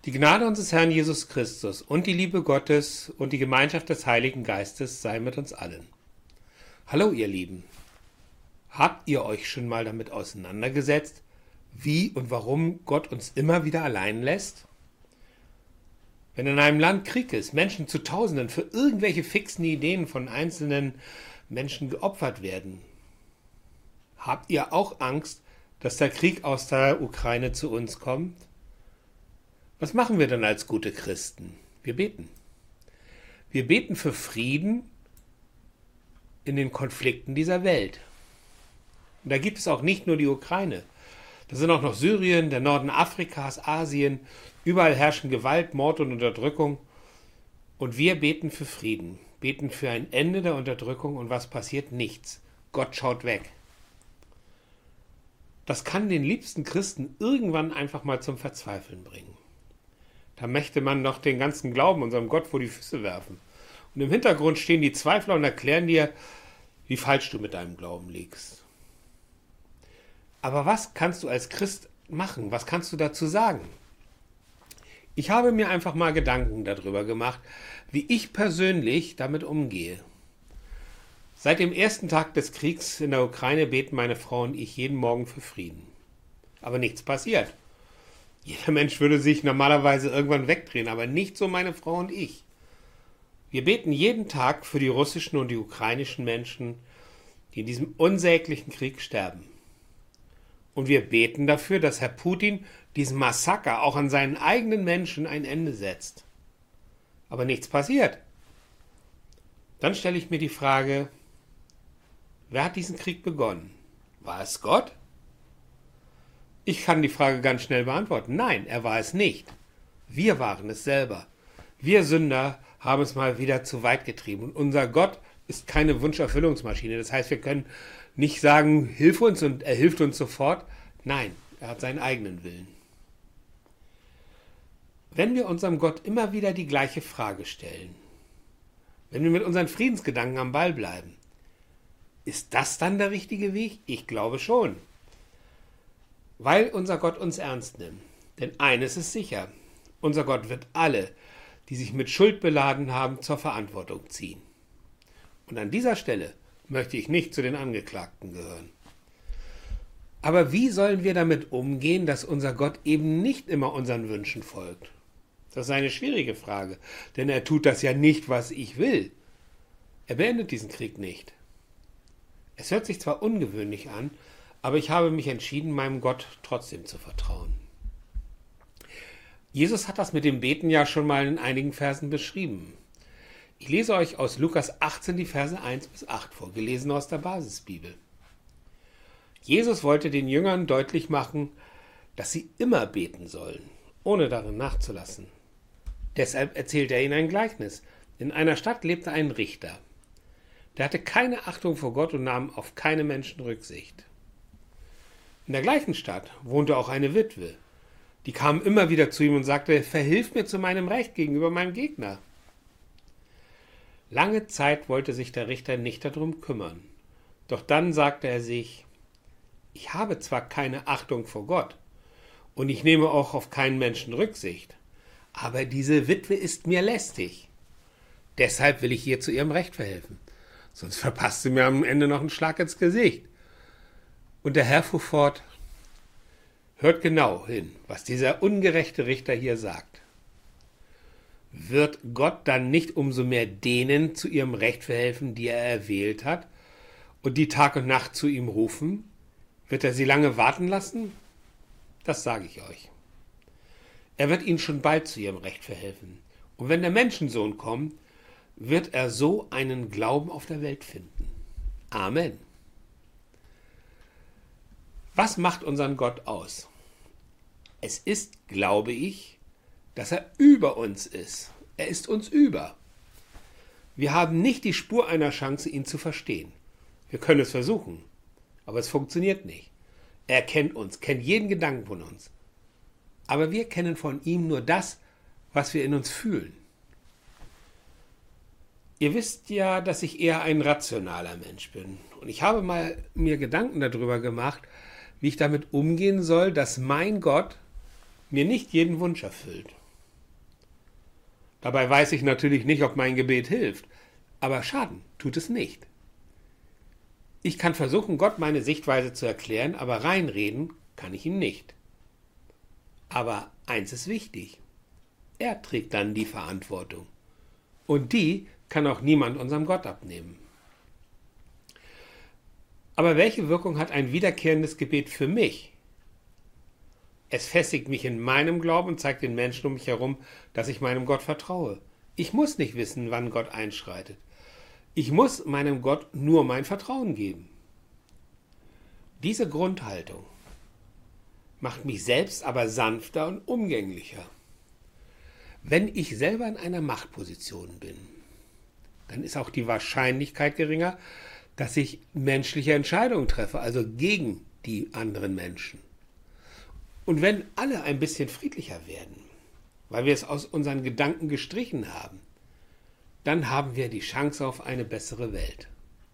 Die Gnade unseres Herrn Jesus Christus und die Liebe Gottes und die Gemeinschaft des Heiligen Geistes sei mit uns allen. Hallo ihr Lieben, habt ihr euch schon mal damit auseinandergesetzt, wie und warum Gott uns immer wieder allein lässt? Wenn in einem Land Krieg ist, Menschen zu Tausenden für irgendwelche fixen Ideen von einzelnen Menschen geopfert werden, habt ihr auch Angst, dass der Krieg aus der Ukraine zu uns kommt? Was machen wir dann als gute Christen? Wir beten. Wir beten für Frieden in den Konflikten dieser Welt. Und da gibt es auch nicht nur die Ukraine. Da sind auch noch Syrien, der Norden Afrikas, Asien. Überall herrschen Gewalt, Mord und Unterdrückung. Und wir beten für Frieden, beten für ein Ende der Unterdrückung. Und was passiert? Nichts. Gott schaut weg. Das kann den liebsten Christen irgendwann einfach mal zum Verzweifeln bringen. Da möchte man doch den ganzen Glauben unserem Gott vor die Füße werfen. Und im Hintergrund stehen die Zweifler und erklären dir, wie falsch du mit deinem Glauben liegst. Aber was kannst du als Christ machen? Was kannst du dazu sagen? Ich habe mir einfach mal Gedanken darüber gemacht, wie ich persönlich damit umgehe. Seit dem ersten Tag des Kriegs in der Ukraine beten meine Frau und ich jeden Morgen für Frieden. Aber nichts passiert. Jeder Mensch würde sich normalerweise irgendwann wegdrehen, aber nicht so meine Frau und ich. Wir beten jeden Tag für die russischen und die ukrainischen Menschen, die in diesem unsäglichen Krieg sterben. Und wir beten dafür, dass Herr Putin diesem Massaker auch an seinen eigenen Menschen ein Ende setzt. Aber nichts passiert. Dann stelle ich mir die Frage, wer hat diesen Krieg begonnen? War es Gott? Ich kann die Frage ganz schnell beantworten. Nein, er war es nicht. Wir waren es selber. Wir Sünder haben es mal wieder zu weit getrieben. Und unser Gott ist keine Wunscherfüllungsmaschine. Das heißt, wir können nicht sagen, hilf uns und er hilft uns sofort. Nein, er hat seinen eigenen Willen. Wenn wir unserem Gott immer wieder die gleiche Frage stellen, wenn wir mit unseren Friedensgedanken am Ball bleiben, ist das dann der richtige Weg? Ich glaube schon. Weil unser Gott uns ernst nimmt. Denn eines ist sicher, unser Gott wird alle, die sich mit Schuld beladen haben, zur Verantwortung ziehen. Und an dieser Stelle möchte ich nicht zu den Angeklagten gehören. Aber wie sollen wir damit umgehen, dass unser Gott eben nicht immer unseren Wünschen folgt? Das ist eine schwierige Frage, denn er tut das ja nicht, was ich will. Er beendet diesen Krieg nicht. Es hört sich zwar ungewöhnlich an, aber ich habe mich entschieden, meinem Gott trotzdem zu vertrauen. Jesus hat das mit dem Beten ja schon mal in einigen Versen beschrieben. Ich lese euch aus Lukas 18 die Verse 1 bis 8 vor, gelesen aus der Basisbibel. Jesus wollte den Jüngern deutlich machen, dass sie immer beten sollen, ohne darin nachzulassen. Deshalb erzählt er ihnen ein Gleichnis. In einer Stadt lebte ein Richter. Der hatte keine Achtung vor Gott und nahm auf keine Menschen Rücksicht. In der gleichen Stadt wohnte auch eine Witwe. Die kam immer wieder zu ihm und sagte, verhilf mir zu meinem Recht gegenüber meinem Gegner. Lange Zeit wollte sich der Richter nicht darum kümmern. Doch dann sagte er sich, ich habe zwar keine Achtung vor Gott und ich nehme auch auf keinen Menschen Rücksicht, aber diese Witwe ist mir lästig. Deshalb will ich ihr zu ihrem Recht verhelfen. Sonst verpasst sie mir am Ende noch einen Schlag ins Gesicht. Und der Herr fuhr fort, hört genau hin, was dieser ungerechte Richter hier sagt. Wird Gott dann nicht umso mehr denen zu ihrem Recht verhelfen, die er erwählt hat, und die Tag und Nacht zu ihm rufen? Wird er sie lange warten lassen? Das sage ich euch. Er wird ihnen schon bald zu ihrem Recht verhelfen. Und wenn der Menschensohn kommt, wird er so einen Glauben auf der Welt finden. Amen. Was macht unseren Gott aus? Es ist, glaube ich, dass er über uns ist. Er ist uns über. Wir haben nicht die Spur einer Chance, ihn zu verstehen. Wir können es versuchen, aber es funktioniert nicht. Er kennt uns, kennt jeden Gedanken von uns. Aber wir kennen von ihm nur das, was wir in uns fühlen. Ihr wisst ja, dass ich eher ein rationaler Mensch bin. Und ich habe mal mir Gedanken darüber gemacht, wie ich damit umgehen soll, dass mein Gott mir nicht jeden Wunsch erfüllt. Dabei weiß ich natürlich nicht, ob mein Gebet hilft, aber Schaden tut es nicht. Ich kann versuchen, Gott meine Sichtweise zu erklären, aber reinreden kann ich ihm nicht. Aber eins ist wichtig: Er trägt dann die Verantwortung. Und die kann auch niemand unserem Gott abnehmen. Aber welche Wirkung hat ein wiederkehrendes Gebet für mich? Es festigt mich in meinem Glauben und zeigt den Menschen um mich herum, dass ich meinem Gott vertraue. Ich muss nicht wissen, wann Gott einschreitet. Ich muss meinem Gott nur mein Vertrauen geben. Diese Grundhaltung macht mich selbst aber sanfter und umgänglicher. Wenn ich selber in einer Machtposition bin, dann ist auch die Wahrscheinlichkeit geringer, dass ich menschliche Entscheidungen treffe, also gegen die anderen Menschen. Und wenn alle ein bisschen friedlicher werden, weil wir es aus unseren Gedanken gestrichen haben, dann haben wir die Chance auf eine bessere Welt.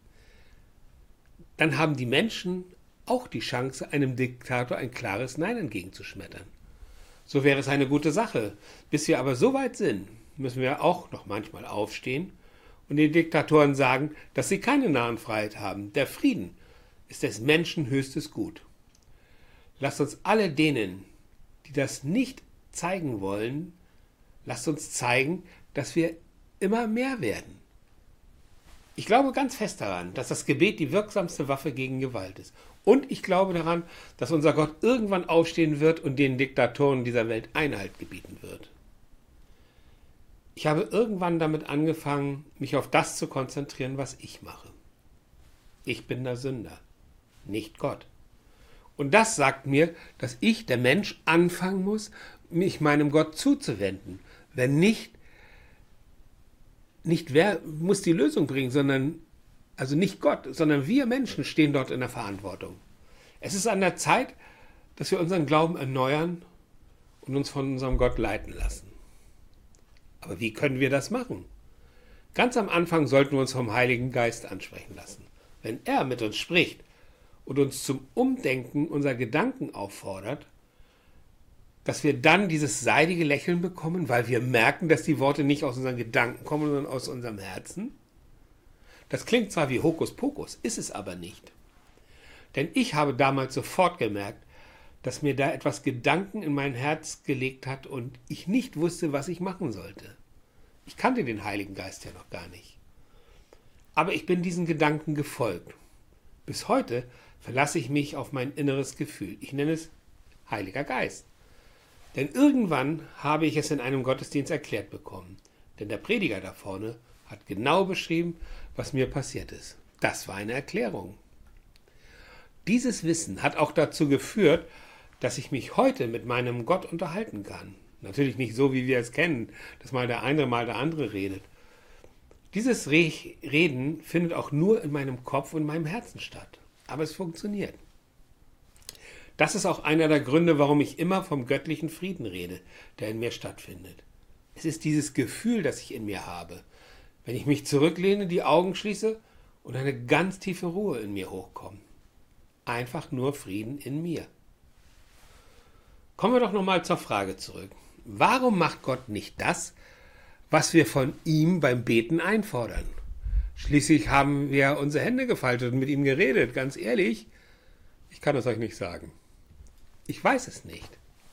Dann haben die Menschen auch die Chance, einem Diktator ein klares Nein entgegenzuschmettern. So wäre es eine gute Sache. Bis wir aber so weit sind, müssen wir auch noch manchmal aufstehen und den Diktatoren sagen, dass sie keine Narrenfreiheit haben. Der Frieden ist des Menschen höchstes Gut. Lasst uns alle denen, die das nicht zeigen wollen, lasst uns zeigen, dass wir immer mehr werden. Ich glaube ganz fest daran, dass das Gebet die wirksamste Waffe gegen Gewalt ist. Und ich glaube daran, dass unser Gott irgendwann aufstehen wird und den Diktatoren dieser Welt Einhalt gebieten wird. Ich habe irgendwann damit angefangen, mich auf das zu konzentrieren, was ich mache. Ich bin der Sünder, nicht Gott. Und das sagt mir, dass ich, der Mensch, anfangen muss, mich meinem Gott zuzuwenden. Wenn nicht wer muss die Lösung bringen, sondern, also nicht Gott, sondern wir Menschen stehen dort in der Verantwortung. Es ist an der Zeit, dass wir unseren Glauben erneuern und uns von unserem Gott leiten lassen. Aber wie können wir das machen? Ganz am Anfang sollten wir uns vom Heiligen Geist ansprechen lassen. Wenn er mit uns spricht und uns zum Umdenken unserer Gedanken auffordert, dass wir dann dieses seidige Lächeln bekommen, weil wir merken, dass die Worte nicht aus unseren Gedanken kommen, sondern aus unserem Herzen. Das klingt zwar wie Hokuspokus, ist es aber nicht. Denn ich habe damals sofort gemerkt, dass mir da etwas Gedanken in mein Herz gelegt hat und ich nicht wusste, was ich machen sollte. Ich kannte den Heiligen Geist ja noch gar nicht. Aber ich bin diesen Gedanken gefolgt. Bis heute verlasse ich mich auf mein inneres Gefühl. Ich nenne es Heiliger Geist. Denn irgendwann habe ich es in einem Gottesdienst erklärt bekommen. Denn der Prediger da vorne hat genau beschrieben, was mir passiert ist. Das war eine Erklärung. Dieses Wissen hat auch dazu geführt, dass ich mich heute mit meinem Gott unterhalten kann. Natürlich nicht so, wie wir es kennen, dass mal der eine, mal der andere redet. Dieses Reden findet auch nur in meinem Kopf und meinem Herzen statt. Aber es funktioniert. Das ist auch einer der Gründe, warum ich immer vom göttlichen Frieden rede, der in mir stattfindet. Es ist dieses Gefühl, das ich in mir habe, wenn ich mich zurücklehne, die Augen schließe und eine ganz tiefe Ruhe in mir hochkommt. Einfach nur Frieden in mir. Kommen wir doch nochmal zur Frage zurück. Warum macht Gott nicht das, was wir von ihm beim Beten einfordern? Schließlich haben wir unsere Hände gefaltet und mit ihm geredet. Ganz ehrlich, ich kann es euch nicht sagen. Ich weiß es nicht.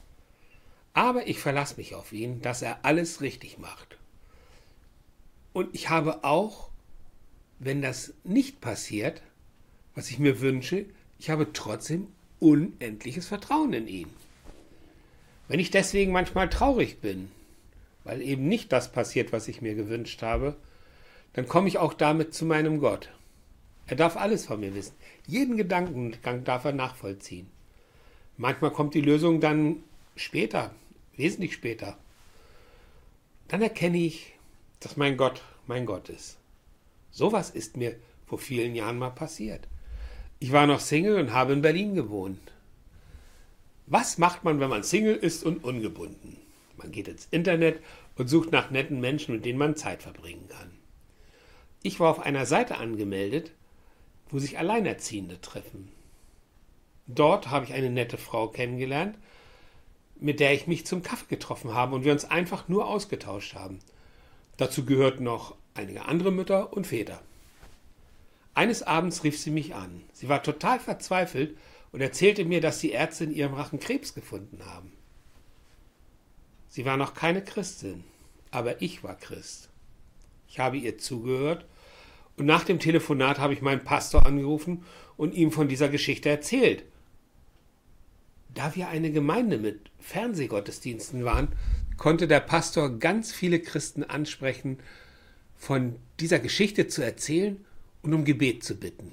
Aber ich verlasse mich auf ihn, dass er alles richtig macht. Und ich habe auch, wenn das nicht passiert, was ich mir wünsche, ich habe trotzdem unendliches Vertrauen in ihn. Wenn ich deswegen manchmal traurig bin, weil eben nicht das passiert, was ich mir gewünscht habe, dann komme ich auch damit zu meinem Gott. Er darf alles von mir wissen. Jeden Gedankengang darf er nachvollziehen. Manchmal kommt die Lösung dann später, wesentlich später. Dann erkenne ich, dass mein Gott ist. Sowas ist mir vor vielen Jahren mal passiert. Ich war noch Single und habe in Berlin gewohnt. Was macht man, wenn man Single ist und ungebunden? Man geht ins Internet und sucht nach netten Menschen, mit denen man Zeit verbringen kann. Ich war auf einer Seite angemeldet, wo sich Alleinerziehende treffen. Dort habe ich eine nette Frau kennengelernt, mit der ich mich zum Kaffee getroffen habe und wir uns einfach nur ausgetauscht haben. Dazu gehörten noch einige andere Mütter und Väter. Eines Abends rief sie mich an. Sie war total verzweifelt und erzählte mir, dass die Ärzte in ihrem Rachen Krebs gefunden haben. Sie war noch keine Christin, aber ich war Christ. Ich habe ihr zugehört und nach dem Telefonat habe ich meinen Pastor angerufen und ihm von dieser Geschichte erzählt. Da wir eine Gemeinde mit Fernsehgottesdiensten waren, konnte der Pastor ganz viele Christen ansprechen, von dieser Geschichte zu erzählen und um Gebet zu bitten.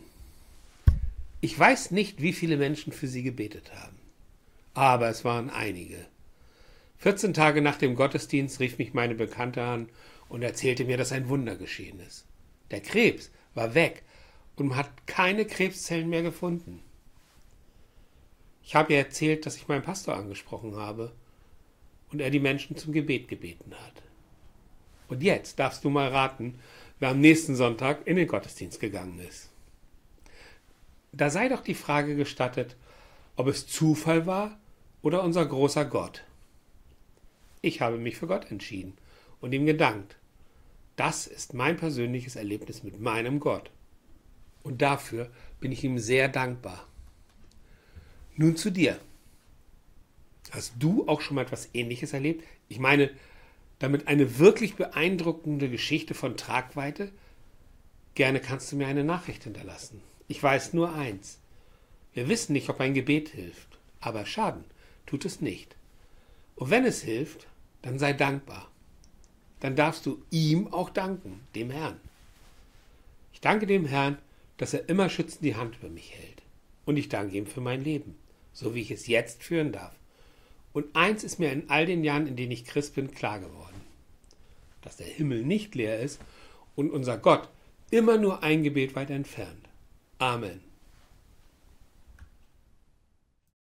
Ich weiß nicht, wie viele Menschen für sie gebetet haben, aber es waren einige. 14 Tage nach dem Gottesdienst rief mich meine Bekannte an und erzählte mir, dass ein Wunder geschehen ist. Der Krebs war weg und man hat keine Krebszellen mehr gefunden. Ich habe ihr erzählt, dass ich meinen Pastor angesprochen habe und er die Menschen zum Gebet gebeten hat. Und jetzt darfst du mal raten, wer am nächsten Sonntag in den Gottesdienst gegangen ist. Da sei doch die Frage gestattet, ob es Zufall war oder unser großer Gott. Ich habe mich für Gott entschieden und ihm gedankt. Das ist mein persönliches Erlebnis mit meinem Gott. Und dafür bin ich ihm sehr dankbar. Nun zu dir. Hast du auch schon mal etwas Ähnliches erlebt? Ich meine, damit eine wirklich beeindruckende Geschichte von Tragweite? Gerne kannst du mir eine Nachricht hinterlassen. Ich weiß nur eins. Wir wissen nicht, ob ein Gebet hilft, aber Schaden tut es nicht. Und wenn es hilft, dann sei dankbar. Dann darfst du ihm auch danken, dem Herrn. Ich danke dem Herrn, dass er immer schützend die Hand über mich hält. Und ich danke ihm für mein Leben, so wie ich es jetzt führen darf. Und eins ist mir in all den Jahren, in denen ich Christ bin, klar geworden: dass der Himmel nicht leer ist und unser Gott immer nur ein Gebet weit entfernt. Amen.